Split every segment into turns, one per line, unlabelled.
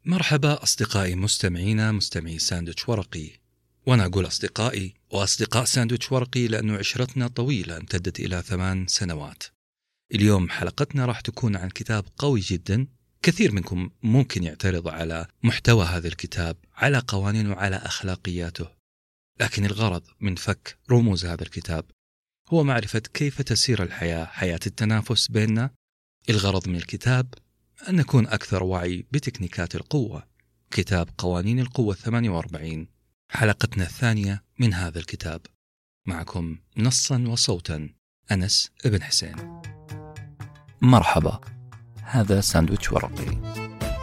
مرحبا أصدقائي مستمعي ساندويتش ورقي. وأنا أقول أصدقائي وأصدقاء ساندويتش ورقي لأنه عشرتنا طويلة امتدت إلى 8 سنوات. اليوم حلقتنا راح تكون عن كتاب قوي جدا. كثير منكم ممكن يعترض على محتوى هذا الكتاب، على قوانينه وعلى أخلاقياته، لكن الغرض من فك رموز هذا الكتاب هو معرفة كيف تسير الحياة، حياة التنافس بيننا. الغرض من الكتاب أن نكون أكثر وعي بتكنيكات القوة. كتاب قوانين القوة 48، حلقتنا الثانية من هذا الكتاب. معكم نصا وصوتا أنس ابن حسين.
مرحبا، هذا ساندويتش ورقي.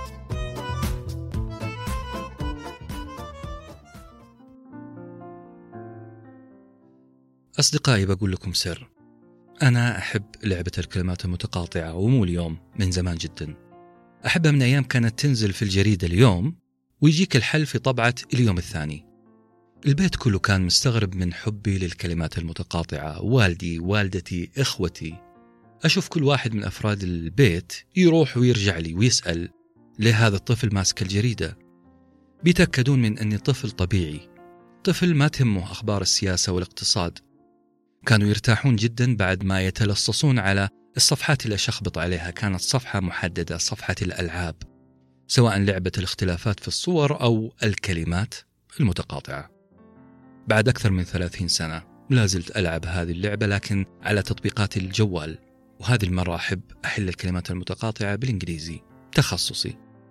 أصدقائي، بقول لكم سر، أنا أحب لعبة الكلمات المتقاطعة، ومو اليوم، من زمان جدا. أحبها من أيام كانت تنزل في الجريدة اليوم ويجيك الحل في طبعة اليوم الثاني. البيت كله كان مستغرب من حبي للكلمات المتقاطعة، والدي، والدتي، إخوتي. أشوف كل واحد من أفراد البيت يروح ويرجع لي ويسأل ليه هذا الطفل ماسك الجريدة. بيتأكدون من أني طفل طبيعي، طفل ما تهمه أخبار السياسة والاقتصاد. كانوا يرتاحون جدا بعد ما يتلصصون على الصفحات اللي أشخبط عليها. كانت صفحة محددة، صفحة الألعاب، سواء لعبة الاختلافات في الصور أو الكلمات المتقاطعة. بعد أكثر من 30 سنة لازلت ألعب هذه اللعبة، لكن على تطبيقات الجوال. وهذه المرة أحب أحل الكلمات المتقاطعة بالإنجليزي، تخصصي.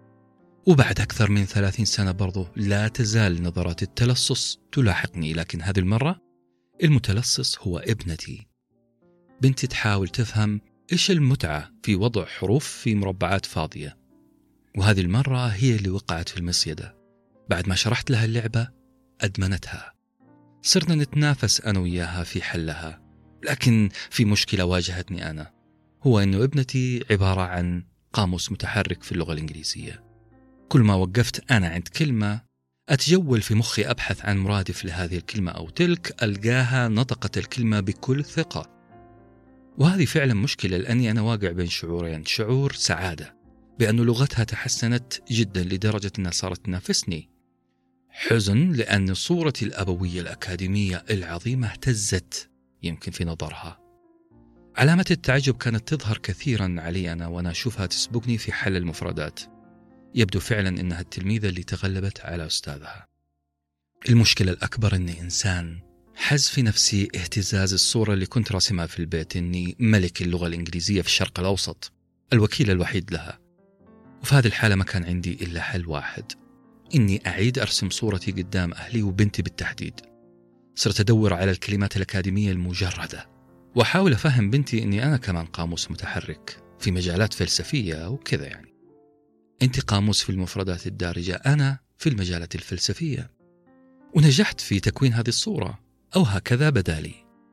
وبعد أكثر من 30 سنة برضو لا تزال نظرات التلصص تلاحقني، لكن هذه المرة المتلصص هو ابنتي. بنتي تحاول تفهم إيش المتعة في وضع حروف في مربعات فاضية، وهذه المرة هي اللي وقعت في المصيدة. بعد ما شرحت لها اللعبة أدمنتها. صرنا نتنافس أنا وياها في حلها، لكن في مشكلة واجهتني أنا، هو أنه ابنتي عبارة عن قاموس متحرك في اللغة الإنجليزية. كل ما وقفت أنا عند كلمة أتجول في مخي أبحث عن مرادف لهذه الكلمة أو تلك، ألقاها نطقت الكلمة بكل ثقة. وهذه فعلا مشكلة، لأني أنا واقع بين شعورين: شعور سعادة بأن لغتها تحسنت جدا لدرجة أنها صارت تنافسني، حزن لأن صورتي الأبوية الأكاديمية العظيمة اهتزت يمكن في نظرها. علامة التعجب كانت تظهر كثيرا علي أنا وأنا أشوفها تسبقني في حل المفردات. يبدو فعلا أنها التلميذة اللي تغلبت على أستاذها. المشكلة الأكبر أني إنسان حز في نفسي اهتزاز الصورة اللي كنت راسمها في البيت، أني ملك اللغة الإنجليزية في الشرق الأوسط، الوكيل الوحيد لها. وفي هذه الحالة ما كان عندي إلا حل واحد: إني أعيد أرسم صورتي قدام أهلي وبنتي بالتحديد. صرت أدور على الكلمات الأكاديمية المجردة، وأحاول أفهم بنتي أني أنا كمان قاموس متحرك في مجالات فلسفية وكذا. يعني أنت قاموس في المفردات الدارجة، أنا في المجالات الفلسفية. ونجحت في تكوين هذه الصورة، أو هكذا بدالي.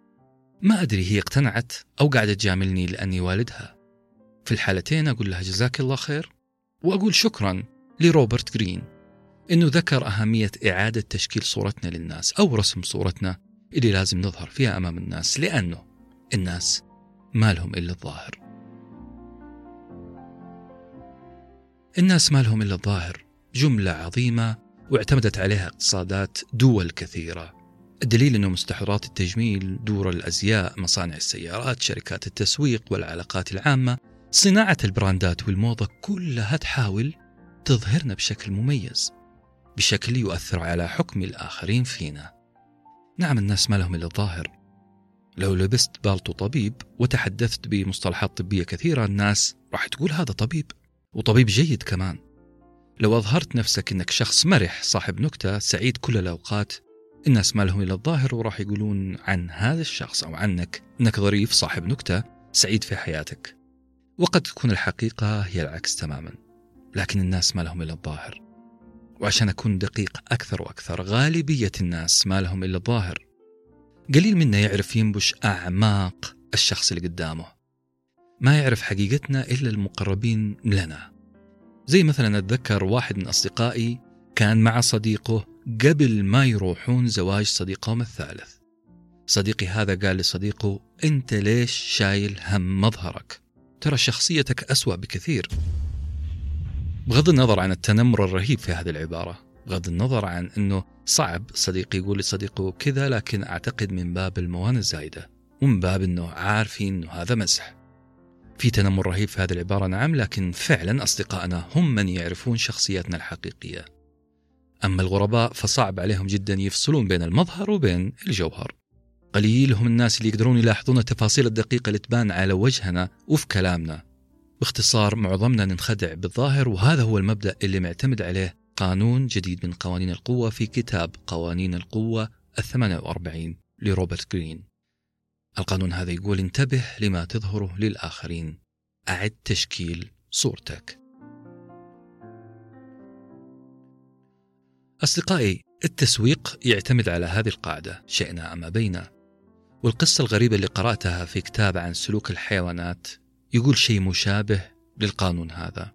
ما أدري هي اقتنعت أو قاعدة تجاملني لأني والدها. في الحالتين أقول لها جزاك الله خير، وأقول شكرا لروبرت جرين إنه ذكر أهمية إعادة تشكيل صورتنا للناس، أو رسم صورتنا اللي لازم نظهر فيها أمام الناس، لأنه الناس ما لهم إلا الظاهر. الناس ما لهم إلا الظاهر جملة عظيمة واعتمدت عليها اقتصادات دول كثيرة. الدليل أنه مستحضرات التجميل، دور الأزياء، مصانع السيارات، شركات التسويق والعلاقات العامة، صناعة البراندات والموضة، كلها تحاول تظهرنا بشكل مميز، بشكل يؤثر على حكم الآخرين فينا. نعم، الناس ما لهم إلا الظاهر. لو لبست بالطو طبيب وتحدثت بمصطلحات طبية كثيرة، الناس راح تقول هذا طبيب، وطبيب جيد كمان. لو أظهرت نفسك أنك شخص مرح، صاحب نكتة، سعيد كل الأوقات، الناس ما لهم إلا الظاهر وراح يقولون عن هذا الشخص أو عنك أنك ظريف، صاحب نكتة، سعيد في حياتك. وقد تكون الحقيقة هي العكس تماما، لكن الناس ما لهم إلا الظاهر. وعشان أكون دقيق أكثر وأكثر، غالبية الناس ما لهم إلا الظاهر. قليل منا يعرف ينبش أعماق الشخص اللي قدامه. ما يعرف حقيقتنا إلا المقربين لنا. زي مثلا أتذكر واحد من أصدقائي كان مع صديقه قبل ما يروحون زواج صديقهم الثالث. صديقي هذا قال لصديقه: أنت ليش شايل هم مظهرك؟ ترى شخصيتك أسوأ بكثير. بغض النظر عن التنمر الرهيب في هذه العبارة، بغض النظر عن أنه صعب صديقي يقول لصديقه كذا، لكن أعتقد من باب الموانة الزايدة ومن باب أنه عارفين أنه هذا مزح. في تنمر رهيب في هذه العبارة نعم، لكن فعلا أصدقائنا هم من يعرفون شخصياتنا الحقيقية. أما الغرباء فصعب عليهم جدا يفصلون بين المظهر وبين الجوهر. قليل هم الناس اللي يقدرون يلاحظون التفاصيل الدقيقة اللي تبان على وجهنا وفي كلامنا. باختصار معظمنا ننخدع بالظاهر، وهذا هو المبدأ اللي معتمد عليه قانون جديد من قوانين القوة في كتاب قوانين القوة 48 لروبرت جرين. القانون هذا يقول: انتبه لما تظهره للآخرين، أعد تشكيل صورتك. أصدقائي، التسويق يعتمد على هذه القاعدة شئنا أم أبينا. والقصة الغريبة اللي قرأتها في كتاب عن سلوك الحيوانات يقول شيء مشابه للقانون هذا.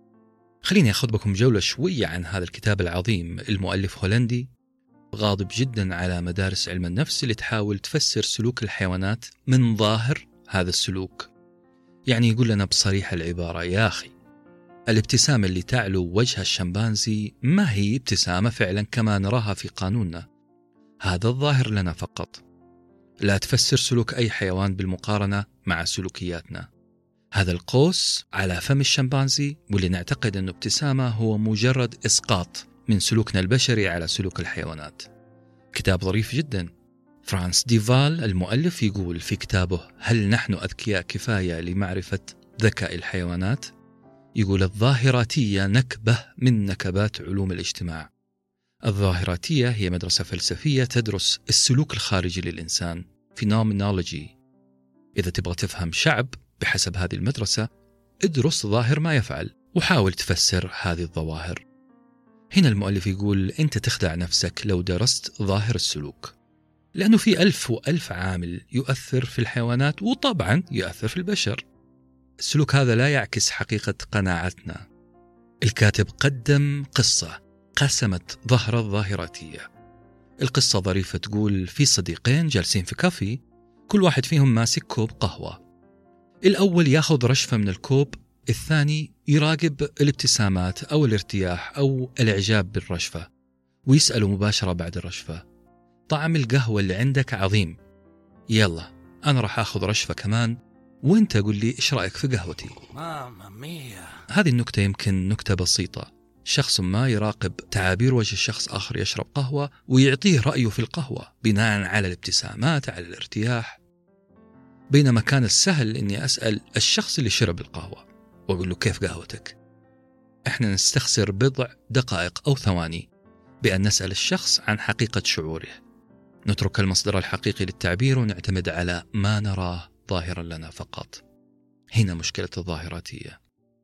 خليني أخذ بكم جولة شوية عن هذا الكتاب العظيم. المؤلف هولندي غاضب جدا على مدارس علم النفس اللي تحاول تفسر سلوك الحيوانات من ظاهر هذا السلوك. يعني يقول لنا بصريح العبارة: يا أخي، الابتسامة اللي تعلو وجه الشمبانزي ما هي ابتسامة فعلا كما نراها في قانوننا، هذا الظاهر لنا فقط. لا تفسر سلوك أي حيوان بالمقارنة مع سلوكياتنا. هذا القوس على فم الشمبانزي واللي نعتقد أنه ابتسامة هو مجرد إسقاط من سلوكنا البشري على سلوك الحيوانات. كتاب ظريف جدا. فرانس ديفال المؤلف يقول في كتابه: هل نحن أذكياء كفاية لمعرفة ذكاء الحيوانات؟ يقول: الظاهراتية نكبة من نكبات علوم الاجتماع. الظاهراتية هي مدرسة فلسفية تدرس السلوك الخارجي للإنسان، phenomenology. إذا تبغى تفهم شعب بحسب هذه المدرسة، ادرس ظاهر ما يفعل وحاول تفسر هذه الظواهر. هنا المؤلف يقول: أنت تخدع نفسك لو درست ظاهر السلوك، لأنه في 1000 عامل يؤثر في الحيوانات وطبعا يؤثر في البشر. السلوك هذا لا يعكس حقيقة قناعتنا. الكاتب قدم قصة قسمت ظهر الظاهراتية. القصة ظريفة، تقول في صديقين جالسين في كافي، كل واحد فيهم ماسك كوب قهوة. الأول ياخذ رشفة من الكوب، الثاني يراقب الابتسامات أو الارتياح أو الإعجاب بالرشفة ويسأله مباشرة بعد الرشفة: طعم القهوة اللي عندك عظيم، يلا أنا راح أخذ رشفة كمان وانت قل لي إيش رأيك في قهوتي. ماما ميا. هذه النكتة يمكن نكتة بسيطة. شخص ما يراقب تعابير وجه الشخص آخر يشرب قهوة ويعطيه رأيه في القهوة بناء على الابتسامات، على الارتياح. بينما كان السهل إني أسأل الشخص اللي شرب القهوة وأقول له: كيف قهوتك؟ إحنا نستخسر بضع دقائق أو ثواني بأن نسأل الشخص عن حقيقة شعوره. نترك المصدر الحقيقي للتعبير ونعتمد على ما نراه ظاهرا لنا فقط. هنا مشكلة الظاهراتية.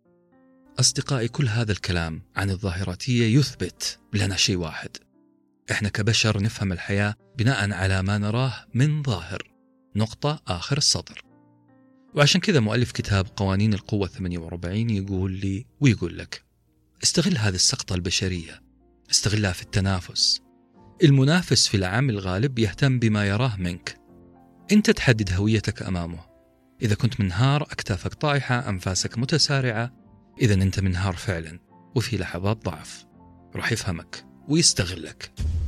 أصدقائي، كل هذا الكلام عن الظاهراتية يثبت لنا شيء واحد: إحنا كبشر نفهم الحياة بناء على ما نراه من ظاهر، نقطة آخر السطر. وعشان كذا مؤلف كتاب قوانين القوة 48 يقول لي ويقول لك: استغل هذه السقطة البشرية، استغلها في التنافس. المنافس في العام الغالب يهتم بما يراه منك، أنت تحدد هويتك أمامه. إذا كنت منهار، أكتافك طائحة، أنفاسك متسارعة، إذا أنت منهار فعلا وفي لحظات ضعف، راح يفهمك ويستغلك.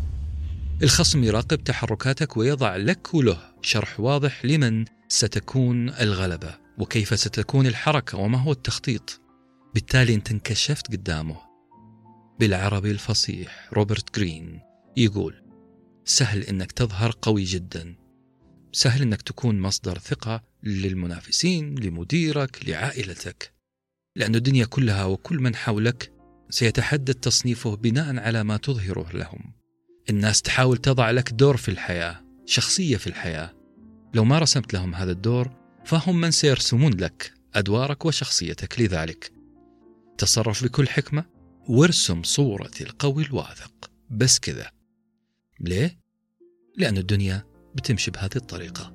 الخصم يراقب تحركاتك ويضع لك وله شرح واضح لمن ستكون الغلبة وكيف ستكون الحركة وما هو التخطيط. بالتالي أنت انكشفت قدامه. بالعربي الفصيح روبرت جرين يقول: سهل إنك تظهر قوي جدا، سهل إنك تكون مصدر ثقة للمنافسين، لمديرك، لعائلتك، لأن الدنيا كلها وكل من حولك سيتحدد تصنيفه بناء على ما تظهره لهم. الناس تحاول تضع لك دور في الحياة، شخصية في الحياة. لو ما رسمت لهم هذا الدور فهم من سيرسمون لك أدوارك وشخصيتك. لذلك تصرف بكل حكمة وارسم صورة القوي الواثق، بس كذا. ليه؟ لأن الدنيا بتمشي بهذه الطريقة.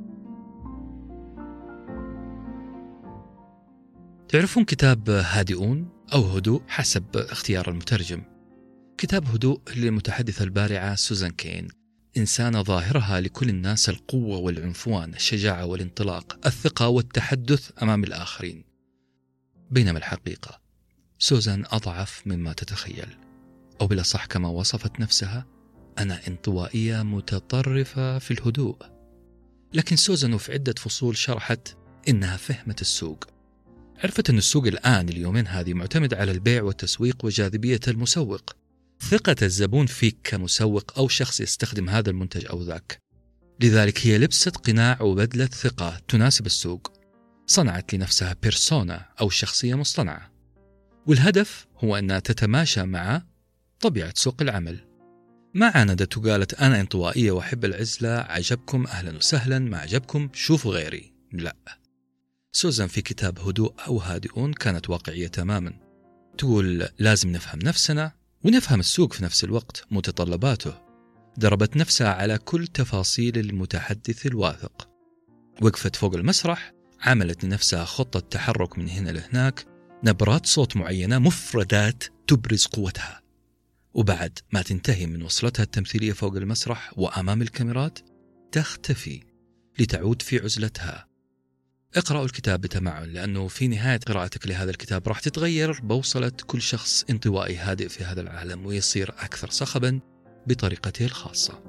تعرفون كتاب هادئون أو هدوء حسب اختيار المترجم؟ كتاب هدوء للمتحدثة البارعة سوزان كين، إنسانة ظاهرها لكل الناس القوة والعنفوان، الشجاعة والانطلاق، الثقة والتحدث أمام الآخرين. بينما الحقيقة سوزان أضعف مما تتخيل، أو بالأصح كما وصفت نفسها: أنا انطوائية متطرفة في الهدوء. لكن سوزان في عدة فصول شرحت إنها فهمت السوق. عرفت أن السوق الآن اليومين هذه معتمد على البيع والتسويق وجاذبية المسوق، ثقة الزبون فيك كمسوق أو شخص يستخدم هذا المنتج أو ذاك. لذلك هي لبست قناع وبدلة ثقة تناسب السوق، صنعت لنفسها بيرسونا أو شخصية مصطنعة، والهدف هو أنها تتماشى مع طبيعة سوق العمل. ما عاندت وقالت أنا انطوائية وأحب العزلة، عجبكم أهلا وسهلا، ما عجبكم شوفوا غيري. لا، سوزان في كتاب هدوء أو هادئون كانت واقعية تماما، تقول لازم نفهم نفسنا ونفهم السوق في نفس الوقت متطلباته. دربت نفسها على كل تفاصيل المتحدث الواثق، وقفت فوق المسرح، عملت لنفسها خطة تحرك من هنا لهناك، نبرات صوت معينة، مفردات تبرز قوتها، وبعد ما تنتهي من وصلتها التمثيلية فوق المسرح وأمام الكاميرات تختفي لتعود في عزلتها. اقرأوا الكتاب بتمعن، لأنه في نهاية قراءتك لهذا الكتاب راح تتغير بوصلة كل شخص انطوائي هادئ في هذا العالم، ويصير أكثر صخبا بطريقته الخاصة.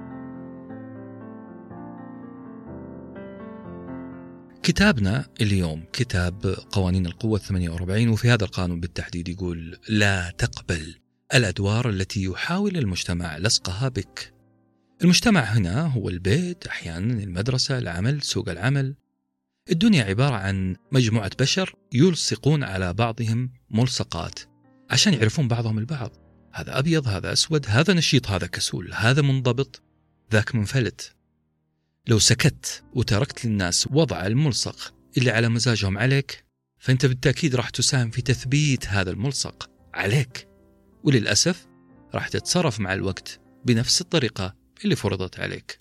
كتابنا اليوم كتاب قوانين القوة 48، وفي هذا القانون بالتحديد يقول: لا تقبل الأدوار التي يحاول المجتمع لصقها بك. المجتمع هنا هو البيت، أحيانا المدرسة، العمل، سوق العمل. الدنيا عبارة عن مجموعة بشر يلصقون على بعضهم ملصقات عشان يعرفون بعضهم البعض. هذا أبيض، هذا أسود، هذا نشيط، هذا كسول، هذا منضبط، ذاك منفلت. لو سكت وتركت للناس وضع الملصق اللي على مزاجهم عليك، فأنت بالتأكيد راح تساهم في تثبيت هذا الملصق عليك، وللأسف راح تتصرف مع الوقت بنفس الطريقة اللي فرضت عليك.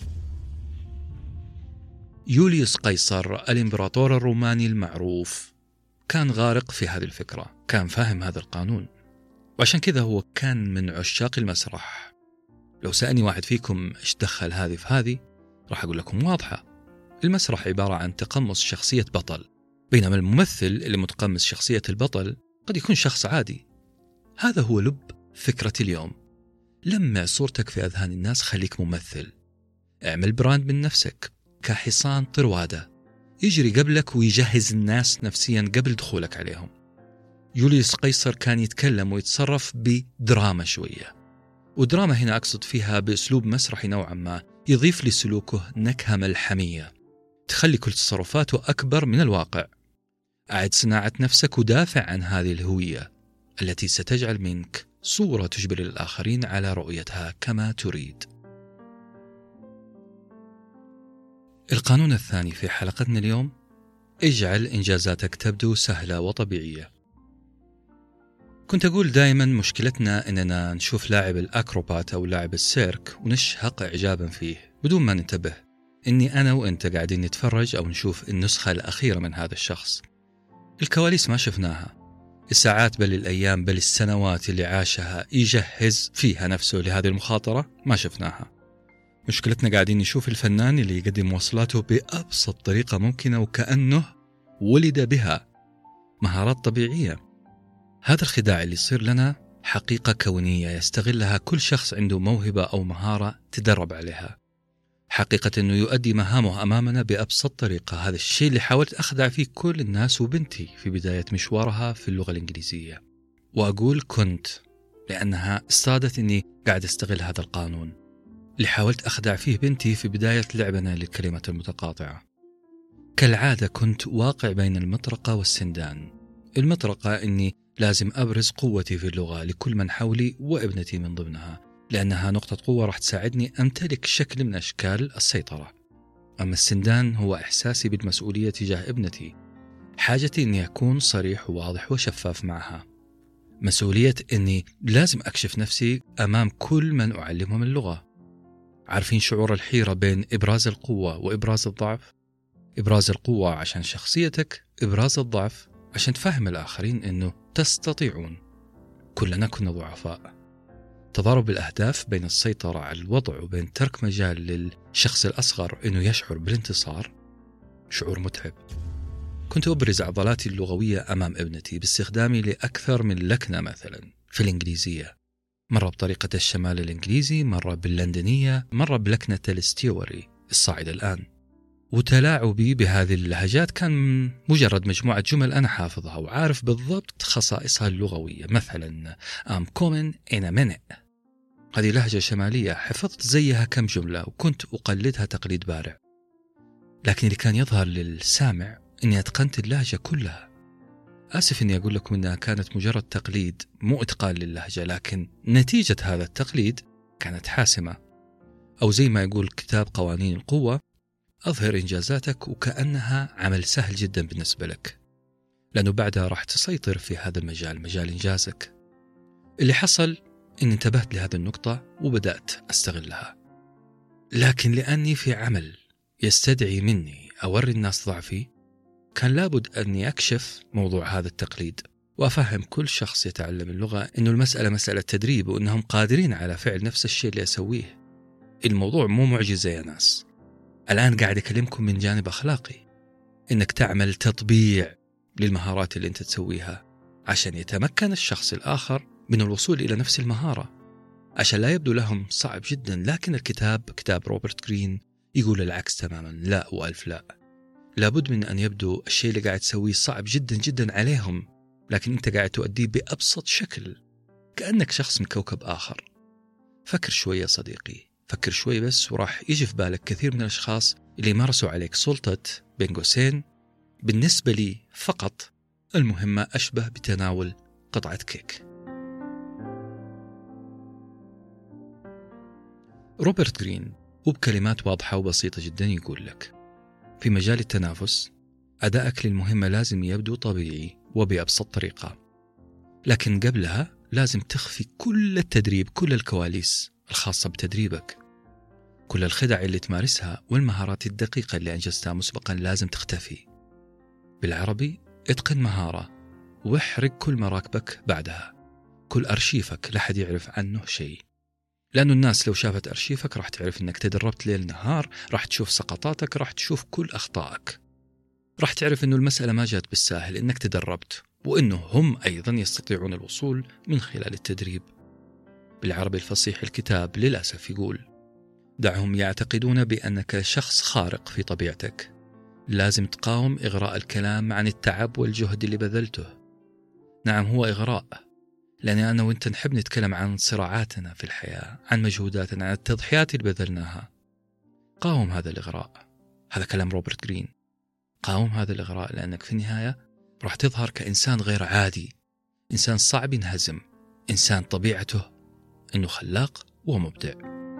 يوليوس قيصر الإمبراطور الروماني المعروف كان غارق في هذه الفكرة، كان فاهم هذا القانون، وعشان كذا هو كان من عشاق المسرح. لو سألني واحد فيكم إيش دخل هذه في هذه، راح أقول لكم واضحة: المسرح عبارة عن تقمص شخصية بطل، بينما الممثل اللي متقمص شخصية البطل قد يكون شخص عادي. هذا هو لب فكرة اليوم. لمع صورتك في أذهان الناس، خليك ممثل، اعمل براند من نفسك كحصان طروادة يجري قبلك ويجهز الناس نفسيا قبل دخولك عليهم. يوليوس قيصر كان يتكلم ويتصرف بدراما شوية، ودراما هنا أقصد فيها بأسلوب مسرحي نوعا ما، يضيف لسلوكه نكهة ملحمية تخلي كل تصرفاته أكبر من الواقع. أعد صناعة نفسك ودافع عن هذه الهوية التي ستجعل منك صورة تجبر الآخرين على رؤيتها كما تريد. القانون الثاني في حلقتنا اليوم: اجعل إنجازاتك تبدو سهلة وطبيعية. كنت أقول دائما مشكلتنا أننا نشوف لاعب الأكروبات أو لاعب السيرك ونشهق إعجابا فيه بدون ما ننتبه إني أنا وإنت قاعدين نتفرج أو نشوف النسخة الأخيرة من هذا الشخص. الكواليس ما شفناها، الساعات بل الأيام بل السنوات اللي عاشها يجهز فيها نفسه لهذه المخاطرة ما شفناها. مشكلتنا قاعدين نشوف الفنان اللي يقدم وصلاته بأبسط طريقة ممكنة وكأنه ولد بها، مهارات طبيعية. هذا الخداع اللي يصير لنا حقيقة كونية يستغلها كل شخص عنده موهبة أو مهارة تدرب عليها. حقيقة أنه يؤدي مهامه أمامنا بأبسط طريقة. هذا الشيء اللي حاولت أخدع فيه كل الناس وبنتي في بداية مشوارها في اللغة الإنجليزية. وأقول كنت، لأنها استادت أني قاعد أستغل هذا القانون اللي حاولت أخدع فيه بنتي في بداية لعبنا للكلمات المتقاطعة. كالعادة كنت واقع بين المطرقة والسندان. المطرقة أني لازم أبرز قوتي في اللغة لكل من حولي وابنتي من ضمنها، لأنها نقطة قوة راح تساعدني أمتلك شكل من أشكال السيطرة. أما السندان هو إحساسي بالمسؤولية تجاه ابنتي، حاجتي أني أكون صريح وواضح وشفاف معها، مسؤولية أني لازم أكشف نفسي أمام كل من أعلمهم اللغة. عارفين شعور الحيرة بين إبراز القوة وإبراز الضعف؟ إبراز القوة عشان شخصيتك، إبراز الضعف عشان تفهم الآخرين أنه تستطيعون. كلنا كنا ضعفاء. تضارب الأهداف بين السيطرة على الوضع وبين ترك مجال للشخص الأصغر أنه يشعر بالانتصار شعور متعب. كنت أبرز عضلاتي اللغوية أمام ابنتي باستخدامي لأكثر من لكنة، مثلا في الإنجليزية مرة بطريقة الشمال الإنجليزي، مرة باللندنية، مرة بلكنة الستيوري الصاعد الآن. وتلاعبي بهذه اللهجات كان مجرد مجموعة جمل أنا حافظها وعارف بالضبط خصائصها اللغوية. مثلا I'm coming in a minute، هذه لهجة شمالية، حفظت زيها كم جملة وكنت أقلدها تقليد بارع. لكن اللي كان يظهر للسامع أني أتقنت اللهجة كلها. آسف أني أقول لكم أنها كانت مجرد تقليد مو إتقان للهجة، لكن نتيجة هذا التقليد كانت حاسمة. أو زي ما يقول كتاب قوانين القوة، أظهر إنجازاتك وكأنها عمل سهل جدا بالنسبة لك، لأنه بعدها راح تسيطر في هذا المجال، مجال إنجازك. اللي حصل أني انتبهت لهذه النقطة وبدأت أستغلها. لكن لأني في عمل يستدعي مني أوري الناس ضعفي، كان لابد أني أكشف موضوع هذا التقليد وأفهم كل شخص يتعلم اللغة أنه المسألة مسألة تدريب، وأنهم قادرين على فعل نفس الشيء اللي أسويه. الموضوع مو معجزة يا ناس. الآن قاعد أكلمكم من جانب أخلاقي، إنك تعمل تطبيع للمهارات اللي أنت تسويها عشان يتمكن الشخص الآخر من الوصول إلى نفس المهارة، عشان لا يبدو لهم صعب جدا. لكن الكتاب، كتاب روبرت جرين، يقول العكس تماما، لا وألف لا. لابد من أن يبدو الشيء اللي قاعد تسويه صعب جدا جدا عليهم، لكن أنت قاعد تؤديه بأبسط شكل، كأنك شخص من كوكب آخر. فكر شوي يا صديقي، فكر شوي بس، وراح يجي في بالك كثير من الأشخاص اللي مارسوا عليك سلطة بين قوسين بالنسبة لي فقط المهمة أشبه بتناول قطعة كيك. روبرت جرين وبكلمات واضحة وبسيطة جدا يقول لك: في مجال التنافس أدائك للمهمة لازم يبدو طبيعي وبأبسط طريقة، لكن قبلها لازم تخفي كل التدريب، كل الكواليس الخاصة بتدريبك، كل الخدع اللي تمارسها والمهارات الدقيقة اللي أنجزتها مسبقا لازم تختفي. بالعربي، اتقن مهارة واحرق كل مراكبك بعدها، كل أرشيفك لحد يعرف عنه شيء. لأنه الناس لو شافت أرشيفك راح تعرف أنك تدربت ليل نهار، راح تشوف سقطاتك، راح تشوف كل أخطائك، راح تعرف أنه المسألة ما جات بالساهل، أنك تدربت، وأنه هم أيضا يستطيعون الوصول من خلال التدريب. بالعربي الفصيح الكتاب للأسف يقول: دعهم يعتقدون بأنك شخص خارق في طبيعتك، لازم تقاوم إغراء الكلام عن التعب والجهد اللي بذلته. نعم، هو إغراء، لأن أنا وإنت نحب نتكلم عن صراعاتنا في الحياة، عن مجهوداتنا، عن التضحيات اللي بذلناها. قاوم هذا الإغراء، هذا كلام روبرت جرين. قاوم هذا الإغراء، لأنك في النهاية راح تظهر كإنسان غير عادي، إنسان صعب ينهزم، إنسان طبيعته إنه خلاق ومبدع.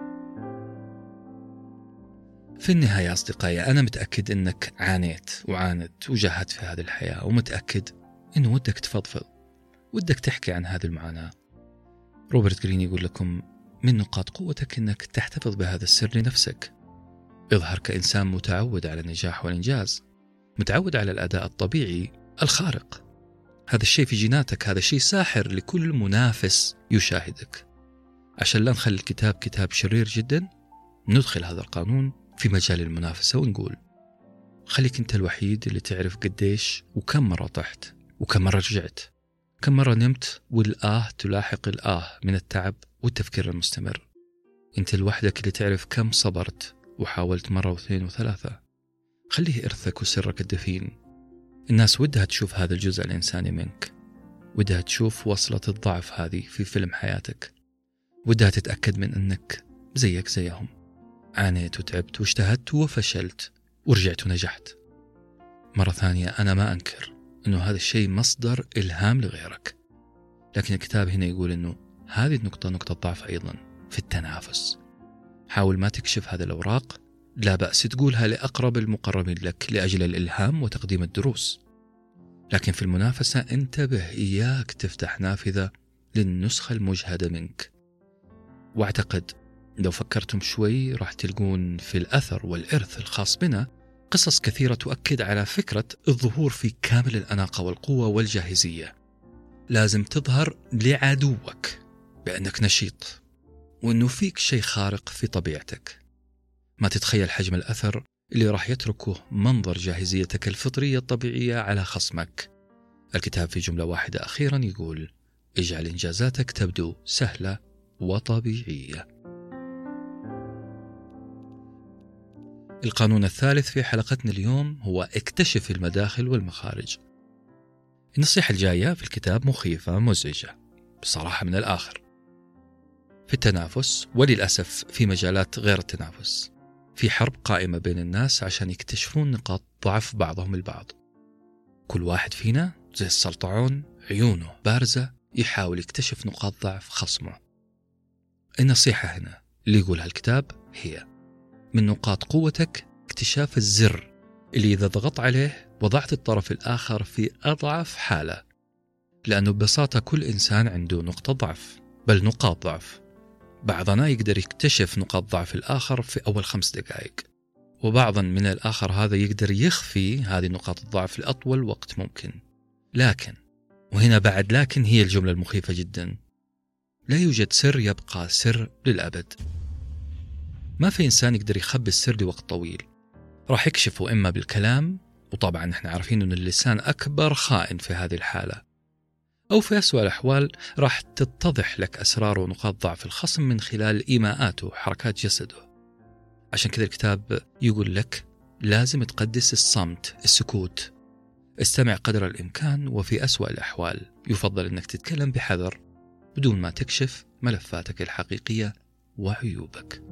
في النهاية أصدقائي، أنا متأكد أنك عانيت وعانت وجاهدت في هذه الحياة، ومتأكد أنه ودك تفضفض، ودك تحكي عن هذه المعاناة. روبرت جرين يقول لكم: من نقاط قوتك أنك تحتفظ بهذا السر لنفسك. اظهر كإنسان متعود على النجاح والإنجاز، متعود على الأداء الطبيعي الخارق. هذا الشيء في جيناتك، هذا الشيء ساحر لكل منافس يشاهدك. عشان لا نخلي الكتاب كتاب شرير جدا، ندخل هذا القانون في مجال المنافسة ونقول: خليك أنت الوحيد اللي تعرف قديش وكم مرة طحت وكم مرة رجعت، كم مرة نمت والآه تلاحق الآه من التعب والتفكير المستمر. أنت لوحدك اللي تعرف كم صبرت وحاولت مرة واثنين وثلاثة. خليه إرثك وسرك الدفين. الناس ودها تشوف هذا الجزء الإنساني منك، ودها تشوف وصلة الضعف هذه في فيلم حياتك، ودها تتأكد من أنك زيك زيهم، عانيت وتعبت واجتهدت وفشلت ورجعت ونجحت. مرة ثانية، أنا ما أنكر أنه هذا الشيء مصدر إلهام لغيرك، لكن الكتاب هنا يقول أنه هذه النقطة نقطة ضعف أيضا في التنافس. حاول ما تكشف هذه الأوراق، لا بأس تقولها لأقرب المقربين لك لأجل الإلهام وتقديم الدروس، لكن في المنافسة انتبه، إياك تفتح نافذة للنسخة المجهدة منك. واعتقد لو فكرتم شوي راح تلقون في الأثر والإرث الخاص بنا قصص كثيرة تؤكد على فكرة الظهور في كامل الأناقة والقوة والجاهزية. لازم تظهر لعدوك بأنك نشيط وأنه فيك شيء خارق في طبيعتك. ما تتخيل حجم الأثر اللي راح يتركه منظر جاهزيتك الفطرية الطبيعية على خصمك. الكتاب في جملة واحدة أخيرا يقول: اجعل إنجازاتك تبدو سهلة وطبيعية. القانون الثالث في حلقتنا اليوم هو اكتشف المداخل والمخارج. النصيحة الجاية في الكتاب مخيفة مزعجة بصراحة من الآخر. في التنافس، وللأسف في مجالات غير التنافس، في حرب قائمة بين الناس عشان يكتشفون نقاط ضعف بعضهم البعض. كل واحد فينا زي السلطعون عيونه بارزة يحاول يكتشف نقاط ضعف خصمه. النصيحة هنا اللي يقولها الكتاب هي: من نقاط قوتك اكتشاف الزر اللي إذا ضغط عليه وضعت الطرف الآخر في أضعف حالة، لأنه ببساطة كل إنسان عنده نقطة ضعف، بل نقاط ضعف. بعضنا يقدر يكتشف نقاط ضعف الآخر في أول 5 دقائق، وبعضا من الآخر هذا يقدر يخفي هذه نقاط الضعف لأطول وقت ممكن. لكن، وهنا بعد لكن هي الجملة المخيفة جدا، لا يوجد سر يبقى سر للأبد. ما في إنسان يقدر يخبي السر لوقت طويل، راح يكشفه إما بالكلام، وطبعا نحن عارفين أن اللسان أكبر خائن في هذه الحالة، أو في أسوأ الأحوال راح تتضح لك أسرار ونقاط ضعف الخصم من خلال إيماءاته وحركات جسده. عشان كذا الكتاب يقول لك لازم تقدس الصمت، السكوت، استمع قدر الإمكان، وفي أسوأ الأحوال يفضل أنك تتكلم بحذر بدون ما تكشف ملفاتك الحقيقية وعيوبك.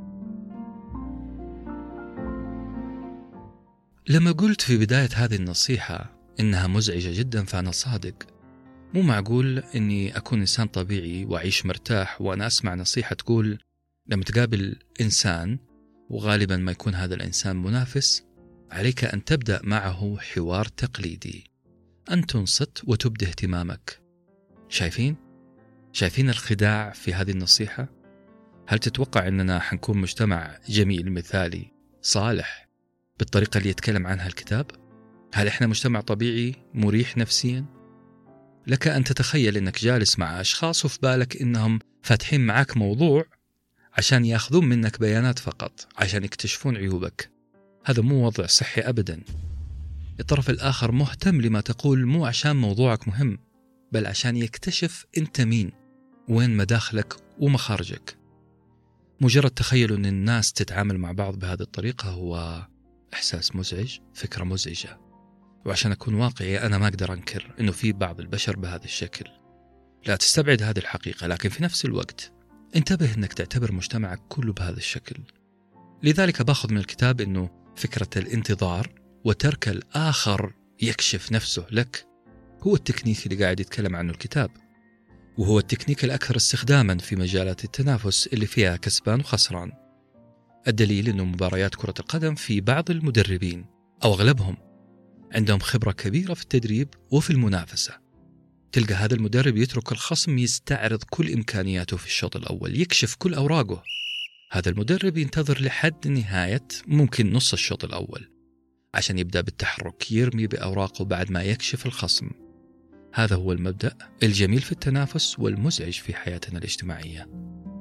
لما قلت في بداية هذه النصيحة إنها مزعجة جدا فأنا صادق. مو معقول أني أكون إنسان طبيعي وأعيش مرتاح وأنا أسمع نصيحة تقول لما تقابل إنسان وغالبا ما يكون هذا الإنسان منافس، عليك أن تبدأ معه حوار تقليدي، أن تنصت وتبدي اهتمامك. شايفين الخداع في هذه النصيحة؟ هل تتوقع أننا حنكون مجتمع جميل مثالي صالح بالطريقة اللي يتكلم عنها الكتاب؟ هل إحنا مجتمع طبيعي مريح نفسيا؟ لك أن تتخيل أنك جالس مع أشخاص وفي بالك أنهم فاتحين معاك موضوع عشان يأخذون منك بيانات فقط، عشان يكتشفون عيوبك. هذا مو وضع صحي أبدا. الطرف الآخر مهتم لما تقول مو عشان موضوعك مهم، بل عشان يكتشف أنت مين، وين مداخلك ومخارجك. مجرد تخيل أن الناس تتعامل مع بعض بهذه الطريقة هو إحساس مزعج، فكرة مزعجة. وعشان أكون واقعي أنا ما أقدر أنكر أنه في بعض البشر بهذا الشكل. لا تستبعد هذه الحقيقة، لكن في نفس الوقت انتبه أنك تعتبر مجتمعك كله بهذا الشكل. لذلك باخذ من الكتاب أنه فكرة الانتظار وترك الآخر يكشف نفسه لك هو التكنيك اللي قاعد يتكلم عنه الكتاب، وهو التكنيك الأكثر استخداما في مجالات التنافس اللي فيها كسبان وخسران. الدليل أنه مباريات كرة القدم في بعض المدربين أو أغلبهم عندهم خبرة كبيرة في التدريب وفي المنافسة. تلقى هذا المدرب يترك الخصم يستعرض كل إمكانياته في الشوط الأول، يكشف كل أوراقه. هذا المدرب ينتظر لحد نهاية ممكن نص الشوط الأول عشان يبدأ بالتحرك، يرمي بأوراقه بعد ما يكشف الخصم. هذا هو المبدأ الجميل في التنافس والمزعج في حياتنا الاجتماعية.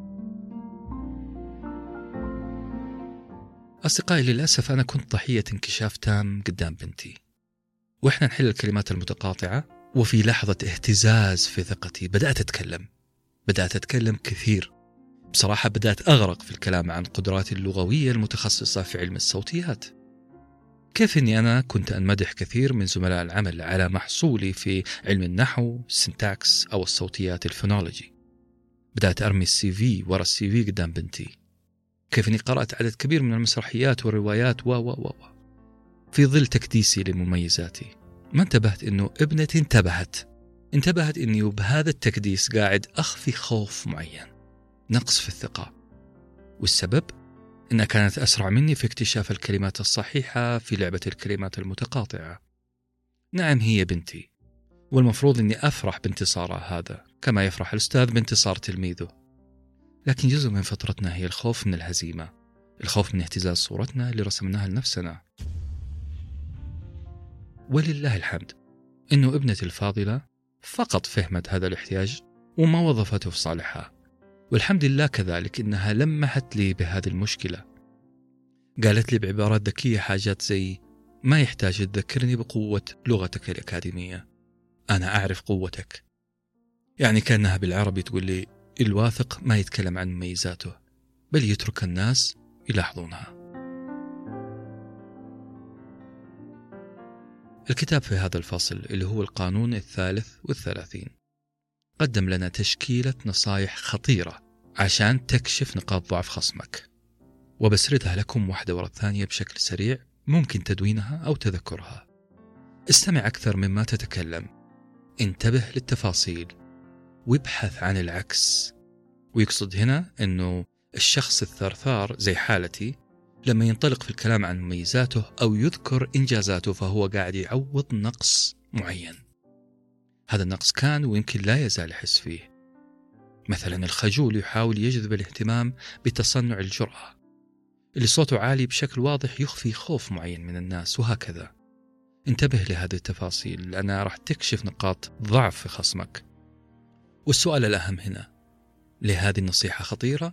أصدقائي، للأسف أنا كنت ضحية انكشاف تام قدام بنتي، وإحنا نحل الكلمات المتقاطعة، وفي لحظة اهتزاز في ثقتي بدأت أتكلم كثير. بصراحة بدأت أغرق في الكلام عن قدراتي اللغوية المتخصصة في علم الصوتيات. كيف أني أنا كنت أنمدح كثير من زملاء العمل على محصولي في علم النحو، السنتاكس أو الصوتيات الفونولوجي. بدأت أرمي السي في قدام بنتي. كيف أني قرأت عدد كبير من المسرحيات والروايات في ظل تكديسي لمميزاتي. ما انتبهت أنه ابنتي انتبهت أني بهذا التكديس قاعد أخفي خوف معين، نقص في الثقة. والسبب إنها كانت أسرع مني في اكتشاف الكلمات الصحيحة في لعبة الكلمات المتقاطعة. نعم هي بنتي، والمفروض أني أفرح بانتصارها هذا كما يفرح الأستاذ بانتصار تلميذه. لكن جزء من فطرتنا هي الخوف من الهزيمة، الخوف من اهتزاز صورتنا اللي رسمناها لنفسنا. ولله الحمد إنه ابنتي الفاضلة فقط فهمت هذا الاحتياج وما وظفته في صالحها، والحمد لله كذلك إنها لمحت لي بهذه المشكلة. قالت لي بعبارات ذكية حاجات زي: ما يحتاج تذكرني بقوة لغتك الأكاديمية، أنا أعرف قوتك. يعني كأنها بالعربي تقول لي الواثق ما يتكلم عن مميزاته، بل يترك الناس يلاحظونها. الكتاب في هذا الفصل اللي هو القانون 33 قدم لنا تشكيلة نصايح خطيرة عشان تكشف نقاط ضعف خصمك، وبسردها لكم واحدة ورا الثانية بشكل سريع، ممكن تدوينها أو تذكرها. استمع أكثر مما تتكلم، انتبه للتفاصيل، وابحث عن العكس. ويقصد هنا أنه الشخص الثرثار زي حالتي لما ينطلق في الكلام عن مميزاته أو يذكر إنجازاته فهو قاعد يعوض نقص معين. هذا النقص كان ويمكن لا يزال يحس فيه. مثلا الخجول يحاول يجذب الاهتمام بتصنع الجرأة، اللي صوته عالي بشكل واضح يخفي خوف معين من الناس، وهكذا. انتبه لهذه التفاصيل لأنها راح تكشف نقاط ضعف في خصمك. والسؤال الأهم هنا، لهذه النصيحة خطيرة؟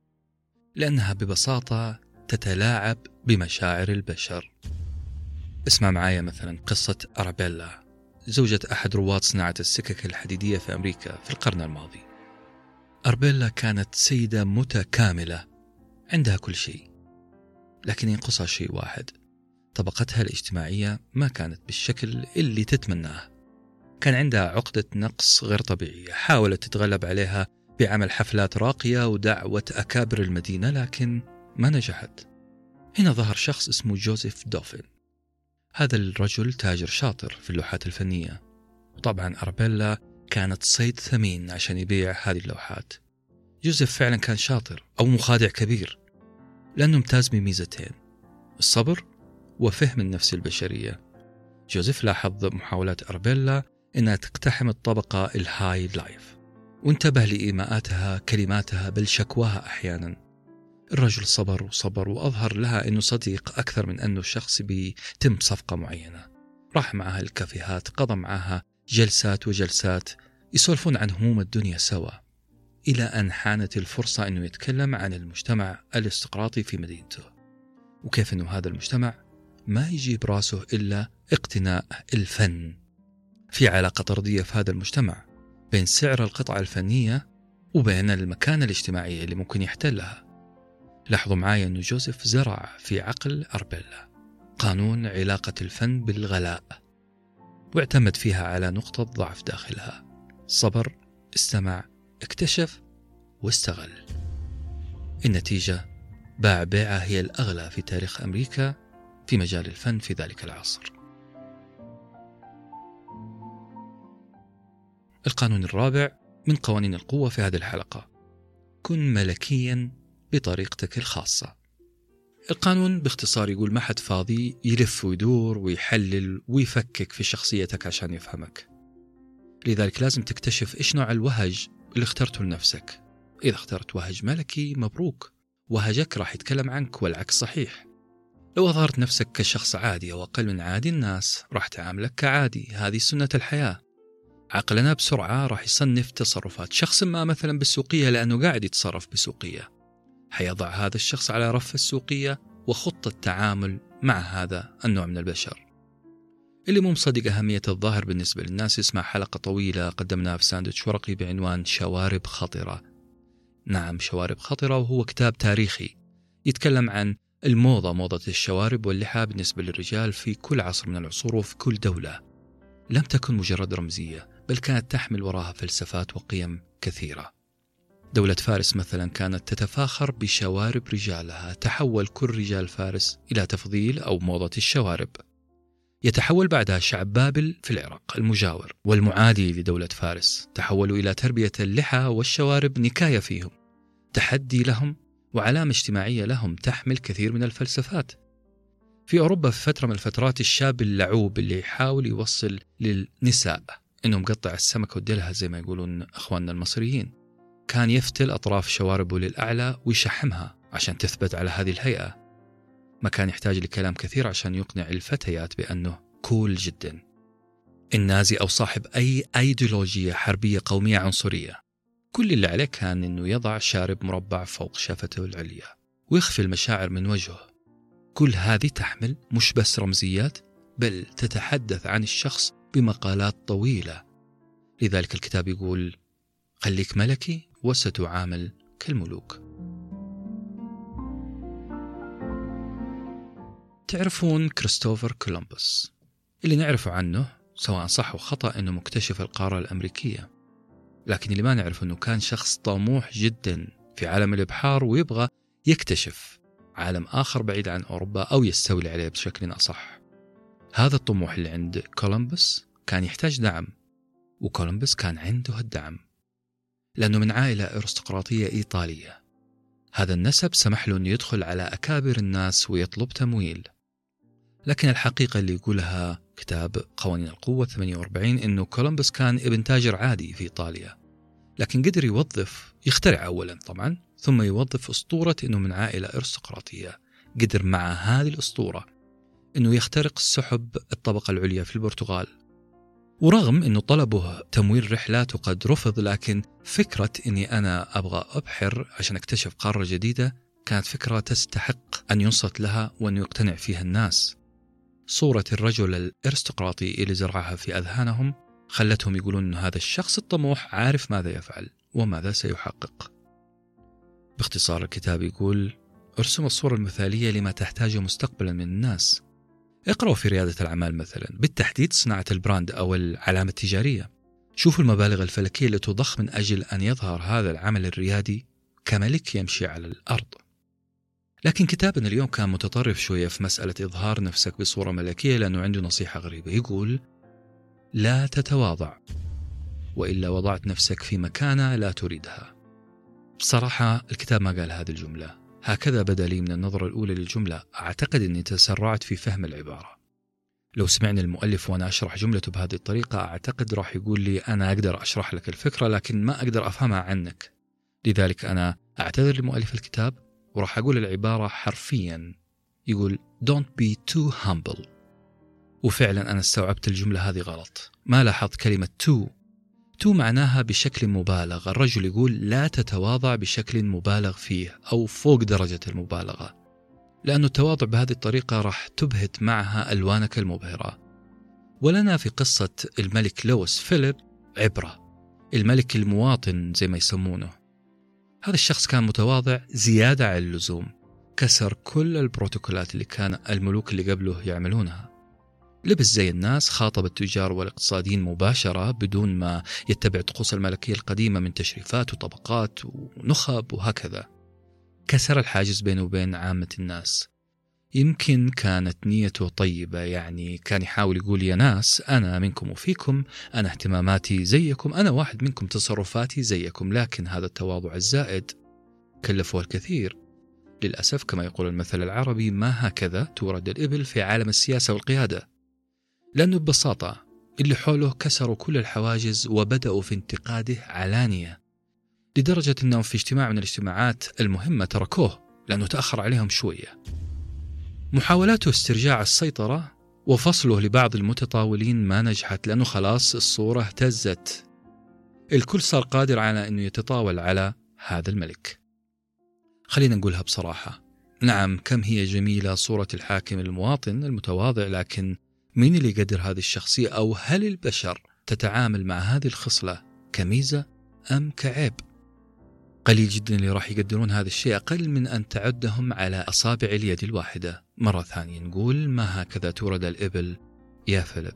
لأنها ببساطة تتلاعب بمشاعر البشر. اسمع معايا مثلا قصة أرابيلا، زوجة أحد رواد صناعة السكك الحديدية في أمريكا في القرن الماضي. أرابيلا كانت سيدة متكاملة، عندها كل شيء، لكن ينقصها شيء واحد: طبقتها الاجتماعية ما كانت بالشكل اللي تتمناه. كان عندها عقدة نقص غير طبيعية، حاولت تتغلب عليها بعمل حفلات راقية ودعوة أكابر المدينة، لكن ما نجحت. هنا ظهر شخص اسمه جوزيف دوفين. هذا الرجل تاجر شاطر في اللوحات الفنية، وطبعا أرابيلا كانت صيد ثمين عشان يبيع هذه اللوحات. جوزيف فعلا كان شاطر أو مخادع كبير، لأنه امتاز بميزتين: الصبر وفهم النفس البشرية. جوزيف لاحظ محاولات أرابيلا إنها تقتحم الطبقة الهاي لايف، وانتبه لإيماءاتها، كلماتها، بل شكواها أحيانا. الرجل صبر وأظهر لها أنه صديق أكثر من أنه شخص بيتم صفقة معينة. راح معها الكافيهات، قضى معها جلسات وجلسات يسولفون عن هموم الدنيا سوا، إلى أن حانت الفرصة أنه يتكلم عن المجتمع الاستقراطي في مدينته، وكيف أنه هذا المجتمع ما يجي براسه إلا اقتناء الفن. في علاقة طردية في هذا المجتمع بين سعر القطعة الفنية وبين المكانة الاجتماعية اللي ممكن يحتلها. لاحظوا معايا أنه جوزيف زرع في عقل أرابيلا قانون علاقة الفن بالغلاء، واعتمد فيها على نقطة ضعف داخلها: صبر، استمع، اكتشف، واستغل. النتيجة: باع بيعة هي الأغلى في تاريخ أمريكا في مجال الفن في ذلك العصر. القانون الرابع من قوانين القوة في هذه الحلقة: كن ملكيا بطريقتك الخاصة. القانون باختصار يقول ما حد فاضي يلف ويدور ويحلل ويفكك في شخصيتك عشان يفهمك، لذلك لازم تكتشف إيش نوع الوهج اللي اخترته لنفسك. إذا اخترت وهج ملكي مبروك، وهجك راح يتكلم عنك، والعكس صحيح. لو أظهرت نفسك كشخص عادي أو أقل من عادي، الناس راح تعاملك كعادي. هذه سنة الحياة. عقلنا بسرعة راح يصنف تصرفات شخص ما مثلا بالسوقية لأنه قاعد يتصرف بسوقية، حيضع هذا الشخص على رف السوقية وخطة تعامل مع هذا النوع من البشر. اللي مو مصدق أهمية الظاهر بالنسبة للناس يسمع حلقة طويلة قدمناها في ساندويتش ورقي بعنوان شوارب خطرة. نعم، شوارب خطرة، وهو كتاب تاريخي يتكلم عن الموضة، موضة الشوارب واللحى بالنسبة للرجال في كل عصر من العصور وفي كل دولة. لم تكن مجرد رمزية، بل كانت تحمل وراها فلسفات وقيم كثيرة. دولة فارس مثلا كانت تتفاخر بشوارب رجالها. تحول كل رجال فارس إلى تفضيل أو موضة الشوارب. يتحول بعدها شعب بابل في العراق المجاور والمعادي لدولة فارس، تحولوا إلى تربية اللحى والشوارب نكاية فيهم، تحدي لهم وعلامة اجتماعية لهم تحمل كثير من الفلسفات. في أوروبا في فترة من الفترات الشاب اللعوب اللي يحاول يوصل للنساء إنه مقطع السمكة وديلها زي ما يقولون أخواننا المصريين، كان يفتل أطراف شواربه للأعلى ويشحمها عشان تثبت على هذه الهيئة. ما كان يحتاج لكلام كثير عشان يقنع الفتيات بأنه كول جدا. النازي أو صاحب أي أيديولوجية حربية قومية عنصرية، كل اللي عليه كان إنه يضع شارب مربع فوق شفته العليا ويخفي المشاعر من وجهه. كل هذه تحمل مش بس رمزيات، بل تتحدث عن الشخص بمقالات طويلة. لذلك الكتاب يقول: خليك ملكي وستعامل كالملوك. تعرفون كريستوفر كولومبوس؟ اللي نعرفه عنه سواء صح وخطأ أنه مكتشف القارة الأمريكية، لكن اللي ما نعرفه أنه كان شخص طموح جدا في عالم الإبحار ويبغى يكتشف عالم آخر بعيد عن أوروبا أو يستولي عليه بشكل أصح. هذا الطموح اللي عند كولومبوس كان يحتاج دعم، وكولومبوس كان عنده الدعم لأنه من عائلة أرستقراطية إيطالية. هذا النسب سمح له أنه يدخل على أكابر الناس ويطلب تمويل. لكن الحقيقة اللي يقولها كتاب قوانين القوة 48 إنه كولومبوس كان ابن تاجر عادي في إيطاليا، لكن قدر يخترع أولا طبعا، ثم يوظف أسطورة إنه من عائلة أرستقراطية. قدر مع هذه الأسطورة إنه يخترق السحب الطبقة العليا في البرتغال. ورغم إنه طلبه تمويل رحلاته قد رفض، لكن فكرة إني أنا أبغى أبحر عشان أكتشف قارة جديدة كانت فكرة تستحق أن ينصت لها وأن يقتنع فيها الناس. صورة الرجل الأرستقراطي اللي زرعها في أذهانهم خلتهم يقولون أن هذا الشخص الطموح عارف ماذا يفعل وماذا سيحقق. باختصار الكتاب يقول: ارسم الصورة المثالية لما تحتاجه مستقبلا من الناس. اقرأوا في ريادة الأعمال مثلا، بالتحديد صناعة البراند أو العلامة التجارية. شوفوا المبالغ الفلكية التي تضخ من أجل أن يظهر هذا العمل الريادي كملك يمشي على الأرض. لكن كتابنا اليوم كان متطرف شوية في مسألة إظهار نفسك بصورة ملكية، لأنه عنده نصيحة غريبة. يقول: لا تتواضع، وإلا وضعت نفسك في مكانة لا تريدها. بصراحة الكتاب ما قال هذه الجملة، هكذا بدأ لي من النظرة الأولى للجملة. أعتقد أني تسرعت في فهم العبارة. لو سمعني المؤلف وأنا أشرح جملته بهذه الطريقة أعتقد راح يقول لي أنا أقدر أشرح لك الفكرة لكن ما أقدر أفهمها عنك. لذلك أنا أعتذر لمؤلف الكتاب وراح أقول العبارة حرفيا. يقول Don't be too humble. وفعلا أنا استوعبت الجملة هذه غلط، ما لاحظت كلمة to معناها بشكل مبالغ. الرجل يقول لا تتواضع بشكل مبالغ فيه أو فوق درجة المبالغة، لأن التواضع بهذه الطريقة راح تبهت معها ألوانك المبهرة. ولنا في قصة الملك لويس فيليب عبرة، الملك المواطن زي ما يسمونه. هذا الشخص كان متواضع زيادة عن اللزوم، كسر كل البروتوكولات اللي كان الملوك اللي قبله يعملونها. لبس زي الناس، خاطب التجار والاقتصاديين مباشرة بدون ما يتبع طقوس الملكية القديمة من تشريفات وطبقات ونخب وهكذا. كسر الحاجز بينه وبين عامة الناس. يمكن كانت نيته طيبة، يعني كان يحاول يقول يا ناس أنا منكم وفيكم، أنا اهتماماتي زيكم، أنا واحد منكم تصرفاتي زيكم. لكن هذا التواضع الزائد كلفه الكثير. للأسف كما يقول المثل العربي ما هكذا تورد الإبل في عالم السياسة والقيادة، لأنه ببساطة اللي حوله كسروا كل الحواجز وبدأوا في انتقاده علانية، لدرجة أنهم في اجتماع من الاجتماعات المهمة تركوه لأنه تأخر عليهم شوية. محاولاته استرجاع السيطرة وفصله لبعض المتطاولين ما نجحت، لأنه خلاص الصورة اهتزت. الكل صار قادر على أنه يتطاول على هذا الملك. خلينا نقولها بصراحة، نعم كم هي جميلة صورة الحاكم المواطن المتواضع، لكن مين اللي يقدر هذه الشخصية؟ أو هل البشر تتعامل مع هذه الخصلة كميزة أم كعيب؟ قليل جدا اللي راح يقدرون هذا الشيء، أقل من أن تعدهم على أصابع اليد الواحدة. مرة ثانية نقول ما هكذا تورد الإبل يا فيليب.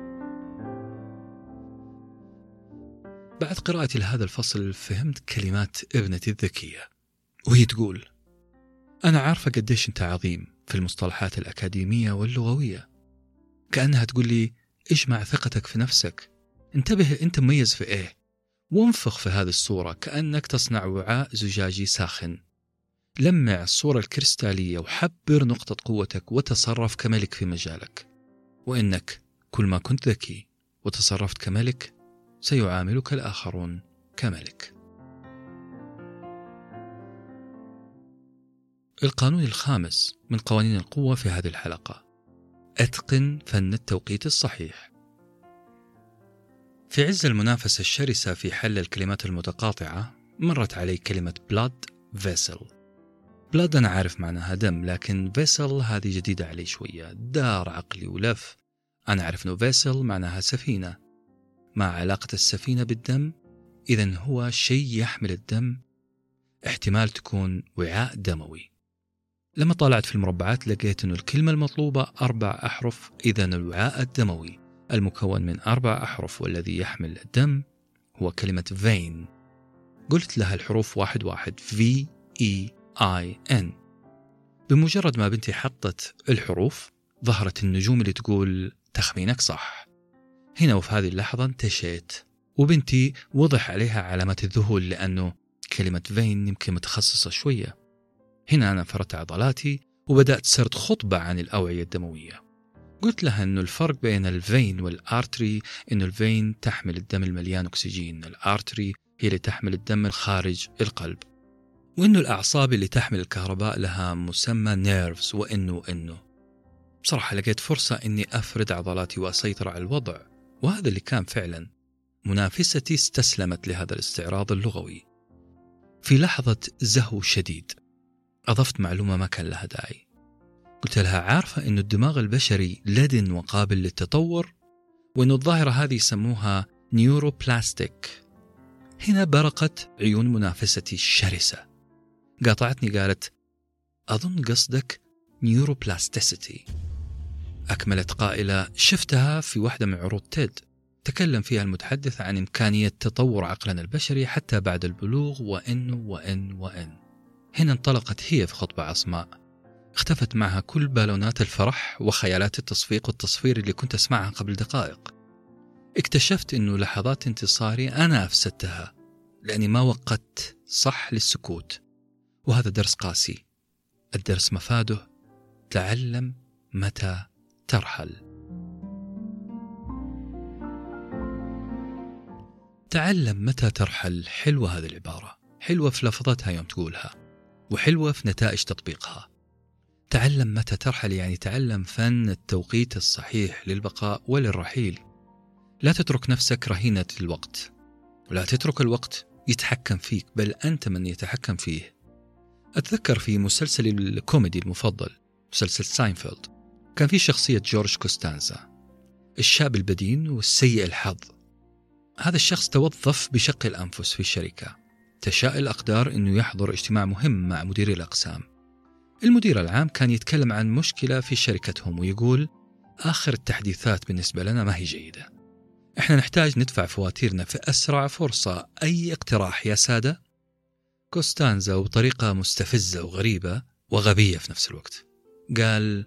بعد قراءتي لهذا الفصل فهمت كلمات ابنتي الذكية وهي تقول: أنا عارفة قديش أنت عظيم في المصطلحات الأكاديمية واللغوية. كأنها تقول لي اجمع ثقتك في نفسك، انتبه أنت مميز في إيه، وانفخ في هذه الصورة كأنك تصنع وعاء زجاجي ساخن. لمع الصورة الكريستالية وحبر نقطة قوتك وتصرف كملك في مجالك، وإنك كل ما كنت ذكي وتصرفت كملك سيعاملك الآخرون كملك. القانون الخامس من قوانين القوة في هذه الحلقة: أتقن فن التوقيت الصحيح. في عز المنافسة الشرسة في حل الكلمات المتقاطعة مرت علي كلمة blood vessel. blood أنا عارف معناها دم، لكن vessel هذه جديدة علي شوية، دار عقلي ولف. أنا أعرف إنه vessel معناها سفينة. ما علاقة السفينة بالدم؟ إذن هو شيء يحمل الدم، احتمال تكون وعاء دموي. لما طالعت في المربعات لقيت إنه الكلمة المطلوبة 4 أحرف، إذن الوعاء الدموي المكون من 4 أحرف والذي يحمل الدم هو كلمة vein. قلت لها الحروف واحد واحد V-E-I-N. بمجرد ما بنتي حطت الحروف ظهرت النجوم اللي تقول تخمينك صح. هنا وفي هذه اللحظة انتشيت، وبنتي وضح عليها علامات الذهول لأنه كلمة vein يمكن متخصصة شوية. هنا أنا فرت عضلاتي وبدأت سرد خطبة عن الأوعية الدموية. قلت لها أنه الفرق بين الفين والآرتري أنه الفين تحمل الدم المليان أكسجين، الآرتري هي اللي تحمل الدم الخارج القلب، وأنه الأعصاب اللي تحمل الكهرباء لها مسمى نيرفز، وأنه بصراحة لقيت فرصة أني أفرد عضلاتي وأسيطر على الوضع، وهذا اللي كان فعلا. منافستي استسلمت لهذا الاستعراض اللغوي. في لحظة زهو شديد أضفت معلومة ما كان لها داعي. قلت لها عارفة أن الدماغ البشري لدن وقابل للتطور، وأن الظاهرة هذه يسموها نيوروبلاستيك. هنا برقت عيون منافستي الشرسة، قاطعتني قالت أظن قصدك نيوروبلاستيسيتي. أكملت قائلة شفتها في واحدة من عروض تيد تكلم فيها المتحدث عن إمكانية تطور عقلنا البشري حتى بعد البلوغ وإن. هنا انطلقت هي في خطبة عصماء، اختفت معها كل بالونات الفرح وخيالات التصفيق والتصفير اللي كنت أسمعها قبل دقائق. اكتشفت أنه لحظات انتصاري أنا أفسدتها لأني ما وقت صح للسكوت، وهذا درس قاسي. الدرس مفاده تعلم متى ترحل. تعلم متى ترحل، حلوة هذه العبارة، حلوة في لفظتها يوم تقولها، وحلوة في نتائج تطبيقها. تعلم متى ترحل يعني تعلم فن التوقيت الصحيح للبقاء وللرحيل. لا تترك نفسك رهينة الوقت، ولا تترك الوقت يتحكم فيك، بل أنت من يتحكم فيه. أتذكر في مسلسل الكوميدي المفضل مسلسل ساينفيلد، كان في شخصية جورج كوستانزا، الشاب البدين والسيء الحظ. هذا الشخص توظف بشق الأنفس في الشركة. تشاء الأقدار أنه يحضر اجتماع مهم مع مدير الأقسام. المدير العام كان يتكلم عن مشكلة في شركتهم ويقول آخر التحديثات بالنسبة لنا ما هي جيدة، إحنا نحتاج ندفع فواتيرنا في أسرع فرصة، أي اقتراح يا سادة؟ كوستانزا وبطريقة مستفزة وغريبة وغبية في نفس الوقت قال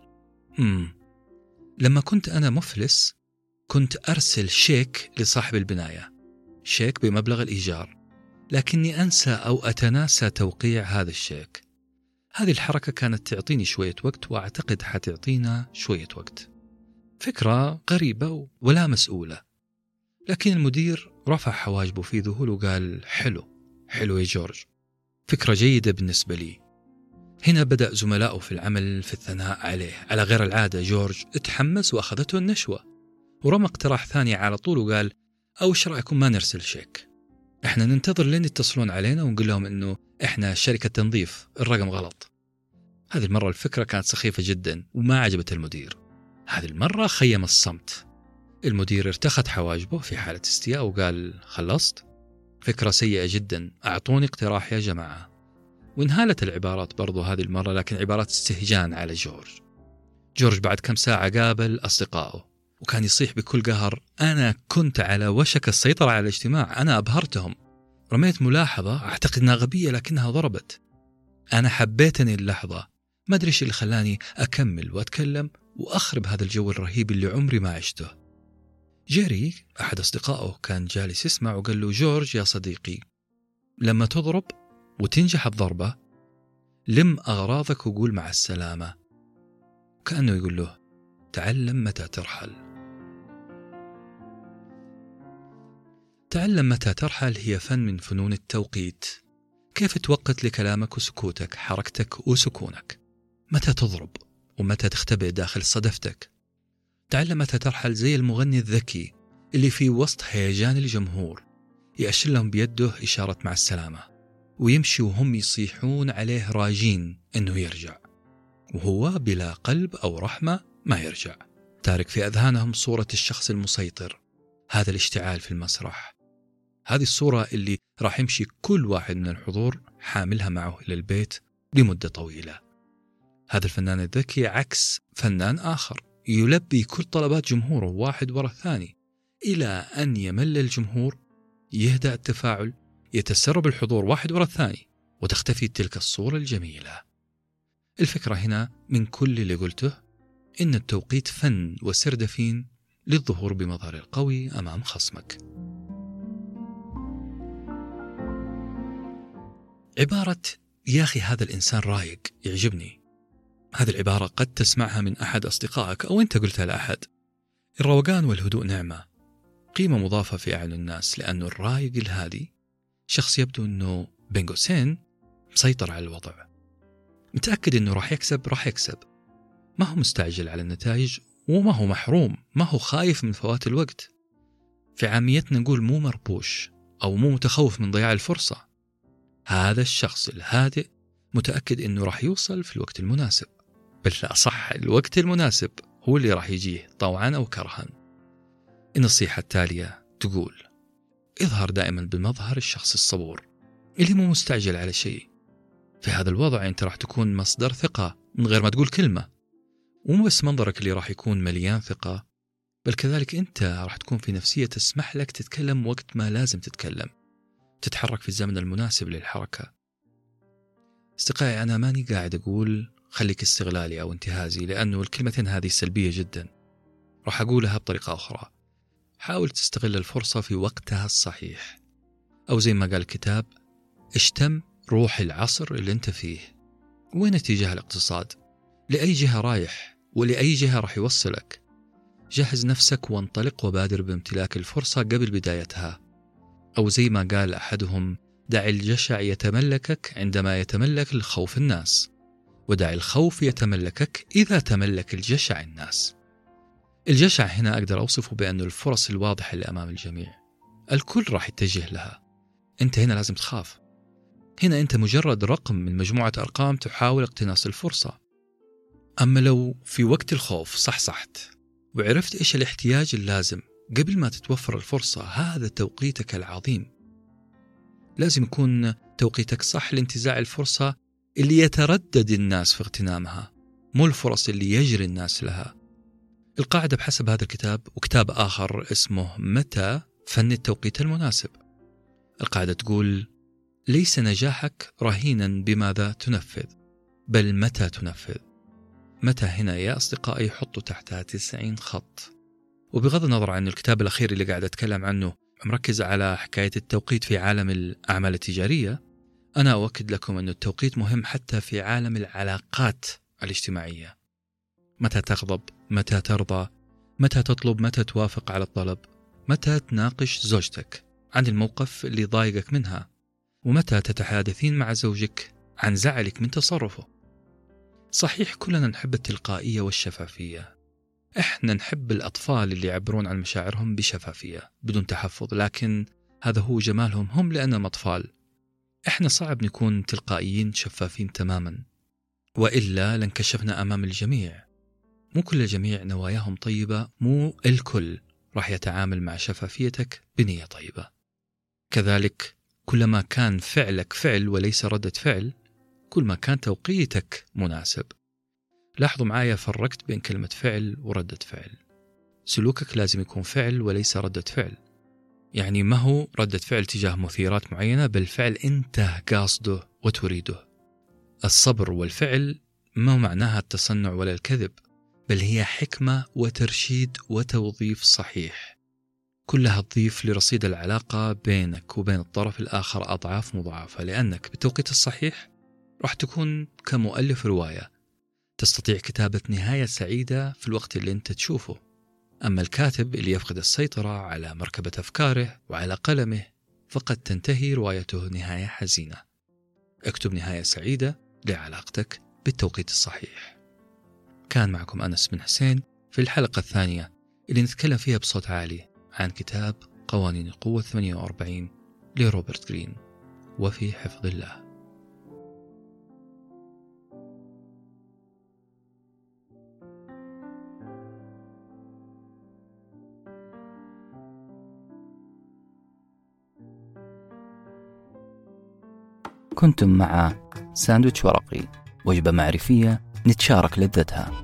لما كنت أنا مفلس كنت أرسل شيك لصاحب البناية، شيك بمبلغ الإيجار، لكني أنسى أو أتناسى توقيع هذا الشيك. هذه الحركة كانت تعطيني شوية وقت، وأعتقد حتعطينا شوية وقت. فكرة غريبة ولا مسؤولة، لكن المدير رفع حواجبه في ذهول وقال حلو يا جورج، فكرة جيدة بالنسبة لي. هنا بدأ زملائه في العمل في الثناء عليه. على غير العادة جورج اتحمس وأخذته النشوة، ورمى اقتراح ثاني على طول وقال إيش رأيكم ما نرسل شيك، احنا ننتظر لين يتصلون علينا ونقول لهم انه احنا شركة تنظيف، الرقم غلط. هذه المرة الفكرة كانت سخيفة جدا وما عجبت المدير. هذه المرة خيم الصمت. المدير ارتخت حواجبه في حالة استياء وقال خلصت؟ فكرة سيئة جدا، أعطوني اقتراح يا جماعة. وانهالت العبارات برضو هذه المرة، لكن عبارات استهجان على جورج بعد كم ساعة قابل أصدقائه وكان يصيح بكل قهر أنا كنت على وشك السيطرة على الاجتماع، أنا أبهرتهم. رميت ملاحظة أعتقد أنها غبية لكنها ضربت. أنا حبيتني اللحظة، ما أدري إيش اللي خلاني أكمل وأتكلم وأخرب هذا الجو الرهيب اللي عمري ما عشته. جيري أحد أصدقائه كان جالس يسمع وقال له جورج يا صديقي، لما تضرب وتنجح الضربة لم أغراضك وقول مع السلامة. كأنه يقول له تعلم متى ترحل. تعلم متى ترحل هي فن من فنون التوقيت. كيف توقت لكلامك وسكوتك، حركتك وسكونك، متى تضرب ومتى تختبئ داخل صدفتك. تعلم متى ترحل زي المغني الذكي اللي في وسط هيجان الجمهور يأشر لهم بيده إشارة مع السلامة. ويمشي وهم يصيحون عليه راجين أنه يرجع، وهو بلا قلب أو رحمة ما يرجع، تارك في أذهانهم صورة الشخص المسيطر، هذا الاشتعال في المسرح. هذه الصورة اللي راح يمشي كل واحد من الحضور حاملها معه إلى البيت لمدة طويلة. هذا الفنان الذكي عكس فنان آخر يلبي كل طلبات جمهوره واحد وراء الثاني، إلى أن يمل الجمهور، يهدأ التفاعل، يتسرب الحضور واحد وراء الثاني، وتختفي تلك الصورة الجميلة. الفكرة هنا من كل اللي قلته إن التوقيت فن وسردفين للظهور بمظهر القوي أمام خصمك. عبارة يا أخي هذا الإنسان رايق يعجبني، هذه العبارة قد تسمعها من أحد أصدقائك أو أنت قلتها لأحد. الروقان والهدوء نعمة، قيمة مضافة في أعين الناس، لأنه الرايق الهادي شخص يبدو أنه بين قوسين مسيطر على الوضع، متأكد أنه راح يكسب، ما هو مستعجل على النتائج، وما هو محروم، ما هو خايف من فوات الوقت. في عاميتنا نقول مو مربوش أو مو متخوف من ضياع الفرصة. هذا الشخص الهادئ متأكد أنه راح يوصل في الوقت المناسب، بل أصح الوقت المناسب هو اللي راح يجيه طوعا أو كرها. النصيحة التالية تقول اظهر دائما بمظهر الشخص الصبور اللي مو مستعجل على شيء. في هذا الوضع أنت راح تكون مصدر ثقة من غير ما تقول كلمة، ومو بس منظرك اللي راح يكون مليان ثقة، بل كذلك أنت راح تكون في نفسية تسمح لك تتكلم وقت ما لازم تتكلم، تتحرك في الزمن المناسب للحركة. أصدقائي، أنا ماني قاعد أقول خليك استغلالي أو انتهازي، لأنه الكلمتين هذه سلبية جدا. راح أقولها بطريقة أخرى، حاول تستغل الفرصة في وقتها الصحيح، أو زي ما قال الكتاب اشتم روح العصر اللي انت فيه. وين اتجاه الاقتصاد؟ لأي جهة رايح؟ ولأي جهة راح يوصلك؟ جهز نفسك وانطلق وبادر بامتلاك الفرصة قبل بدايتها، أو زي ما قال أحدهم دع الجشع يتملكك عندما يتملك الخوف الناس، ودع الخوف يتملكك إذا تملك الجشع الناس. الجشع هنا أقدر أوصفه بأن الفرص الواضحة اللي أمام الجميع الكل راح يتجه لها، أنت هنا لازم تخاف. هنا أنت مجرد رقم من مجموعة أرقام تحاول اقتناص الفرصة. أما لو في وقت الخوف صحصحت وعرفت إيش الاحتياج اللازم قبل ما تتوفر الفرصة، هذا توقيتك العظيم. لازم يكون توقيتك صح لانتزاع الفرصة اللي يتردد الناس في اغتنامها، مو الفرص اللي يجري الناس لها. القاعدة بحسب هذا الكتاب وكتاب آخر اسمه متى فن التوقيت المناسب، القاعدة تقول ليس نجاحك رهينا بماذا تنفذ، بل متى تنفذ. متى هنا يا أصدقائي حطوا تحتها 90 خط. وبغض النظر عن الكتاب الأخير اللي قاعد أتكلم عنه مركز على حكاية التوقيت في عالم الأعمال التجارية، أنا أؤكد لكم أن التوقيت مهم حتى في عالم العلاقات الاجتماعية. متى تغضب، متى ترضى، متى تطلب، متى توافق على الطلب، متى تناقش زوجتك عن الموقف اللي ضايقك منها، ومتى تتحادثين مع زوجك عن زعلك من تصرفه. صحيح كلنا نحب التلقائية والشفافية، إحنا نحب الأطفال اللي يعبرون عن مشاعرهم بشفافية بدون تحفظ، لكن هذا هو جمالهم هم لأنهم أطفال. إحنا صعب نكون تلقائيين شفافين تماما، وإلا لانكشفنا أمام الجميع. مو كل الجميع نواياهم طيبة، مو الكل راح يتعامل مع شفافيتك بنية طيبة. كذلك كلما كان فعلك فعل وليس ردة فعل، كل ما كان توقيتك مناسب. لاحظوا معايا فرقت بين كلمة فعل وردة فعل. سلوكك لازم يكون فعل وليس ردة فعل، يعني ما هو ردة فعل تجاه مثيرات معينة، بل فعل أنت قاصده وتريده. الصبر والفعل ما معناها التصنع ولا الكذب، بل هي حكمة وترشيد وتوظيف صحيح، كلها تضيف لرصيد العلاقة بينك وبين الطرف الآخر أضعاف مضاعفة، لأنك بالتوقيت الصحيح راح تكون كمؤلف رواية، تستطيع كتابة نهاية سعيدة في الوقت اللي أنت تشوفه. أما الكاتب اللي يفقد السيطرة على مركبة أفكاره وعلى قلمه، فقد تنتهي روايته نهاية حزينة. اكتب نهاية سعيدة لعلاقتك بالتوقيت الصحيح. كان معكم أنس بن حسين في الحلقة الثانية اللي نتكلم فيها بصوت عالي عن كتاب قوانين القوة 48 لروبرت جرين. وفي حفظ الله.
كنتم مع ساندويتش ورقي، وجبة معرفية نتشارك لذتها.